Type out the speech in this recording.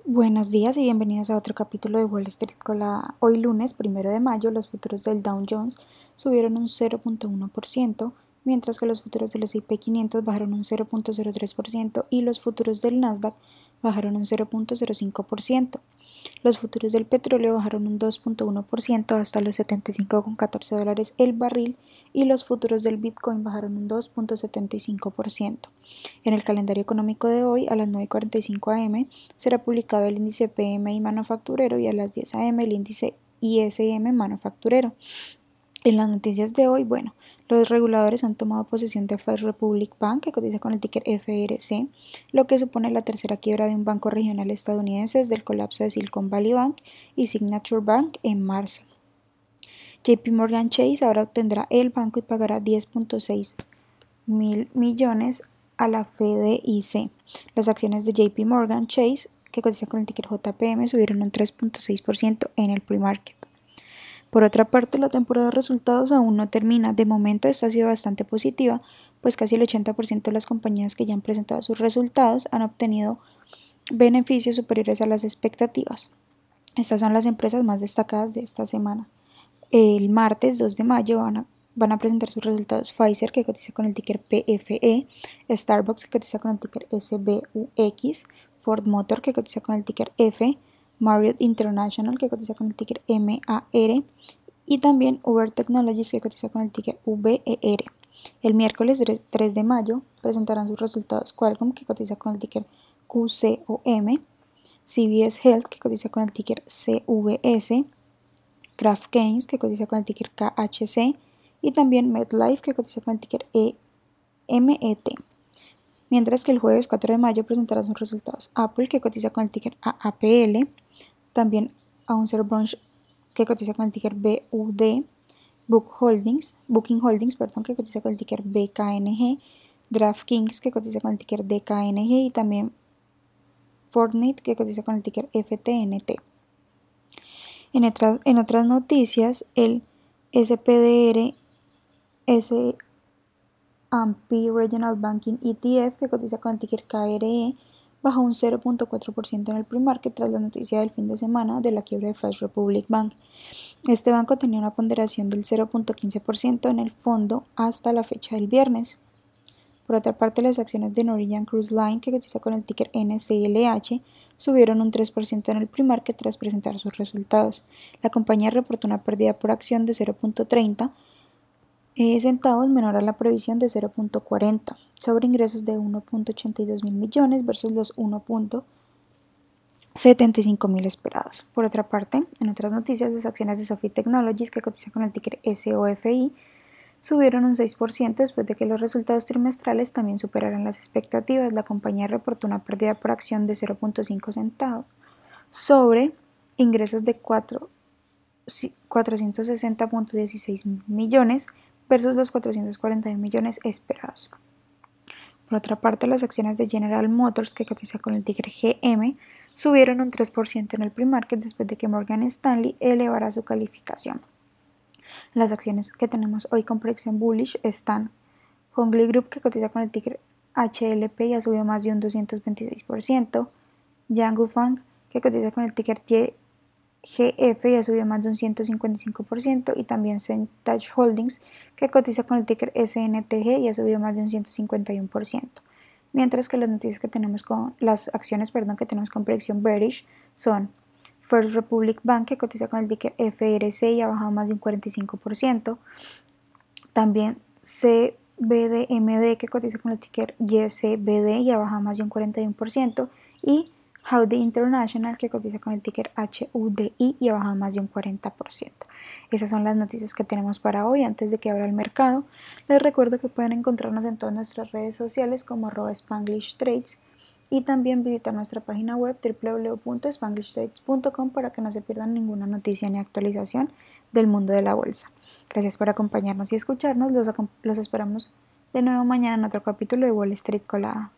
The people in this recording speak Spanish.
Buenos días y bienvenidos a otro capítulo de Wall Street Colada. Hoy lunes 1 de mayo los futuros del Dow Jones subieron un 0.1%, mientras que los futuros del S&P 500 bajaron un 0.03% y los futuros del Nasdaq bajaron un 0.05%. Los futuros del petróleo bajaron un 2.1% hasta los $75,14 el barril y los futuros del Bitcoin bajaron un 2.75%. En el calendario económico de hoy, a las 9:45 am, será publicado el índice PMI manufacturero y a las 10 am el índice ISM manufacturero. En las noticias de hoy, los reguladores han tomado posesión de First Republic Bank, que cotiza con el ticker FRC, lo que supone la tercera quiebra de un banco regional estadounidense desde el colapso de Silicon Valley Bank y Signature Bank en marzo. JP Morgan Chase ahora obtendrá el banco y pagará 10.6 mil millones a la FDIC. Las acciones de JP Morgan Chase, que cotiza con el ticker JPM, subieron un 3.6% en el pre-market. Por otra parte, la temporada de resultados aún no termina. De momento, esta ha sido bastante positiva, pues casi el 80% de las compañías que ya han presentado sus resultados han obtenido beneficios superiores a las expectativas. Estas son las empresas más destacadas de esta semana. El martes 2 de mayo van a presentar sus resultados Pfizer, que cotiza con el ticker PFE, Starbucks, que cotiza con el ticker SBUX, Ford Motor, que cotiza con el ticker F, Marriott International, que cotiza con el ticker MAR, y también Uber Technologies, que cotiza con el ticker VER. El miércoles 3 de mayo presentarán sus resultados Qualcomm, que cotiza con el ticker QCOM, CVS Health, que cotiza con el ticker CVS, Kraft Heinz, que cotiza con el ticker KHC, y también MetLife, que cotiza con el ticker EMET. Mientras que el jueves 4 de mayo presentará sus resultados Apple, que cotiza con el ticker AAPL, también Anheuser Busch, que cotiza con el ticker BUD, Booking Holdings, que cotiza con el ticker BKNG, DraftKings, que cotiza con el ticker DKNG, y también Fortnite, que cotiza con el ticker FTNT. En otras noticias, el SPDR S&P Regional Banking ETF, que cotiza con el ticker KRE, bajó un 0.4% en el pre-market tras la noticia del fin de semana de la quiebra de First Republic Bank. Este banco tenía una ponderación del 0.15% en el fondo hasta la fecha del viernes. Por otra parte, las acciones de Norwegian Cruise Line, que cotiza con el ticker NCLH, subieron un 3% en el pre-market tras presentar sus resultados. La compañía reportó una pérdida por acción de 0.30 centavos, menor a la previsión de 0.40, sobre ingresos de 1.82 mil millones versus los 1.75 mil esperados. Por otra parte, en otras noticias, las acciones de Sophie Technologies, que cotiza con el ticker SOFI, subieron un 6% después de que los resultados trimestrales también superaran las expectativas. La compañía reportó una pérdida por acción de 0.5 centavos sobre ingresos de 460.16 millones versus los 441 millones esperados. Por otra parte, las acciones de General Motors, que cotiza con el ticker GM, subieron un 3% en el pre-market después de que Morgan Stanley elevara su calificación. Las acciones que tenemos hoy con proyección bullish están Hongli Group, que cotiza con el ticker HLP y ha subido más de un 226%, Yangu Fang, que cotiza con el ticker YGF y ha subido más de un 155%, y también Centage Holdings, que cotiza con el ticker SNTG y ha subido más de un 151%. Mientras que las acciones que tenemos con proyección bearish son First Republic Bank, que cotiza con el ticker FRC y ha bajado más de un 45%. También CBDMD, que cotiza con el ticker YCBD y ha bajado más de un 41%. Y Howdy International, que cotiza con el ticker HUDI y ha bajado más de un 40%. Esas son las noticias que tenemos para hoy. Antes de que abra el mercado, les recuerdo que pueden encontrarnos en todas nuestras redes sociales como @SpanglishTrades y también visitar nuestra página web www.spanglishtrades.com para que no se pierdan ninguna noticia ni actualización del mundo de la bolsa. Gracias por acompañarnos y escucharnos. Los esperamos de nuevo mañana en otro capítulo de Wall Street Colada.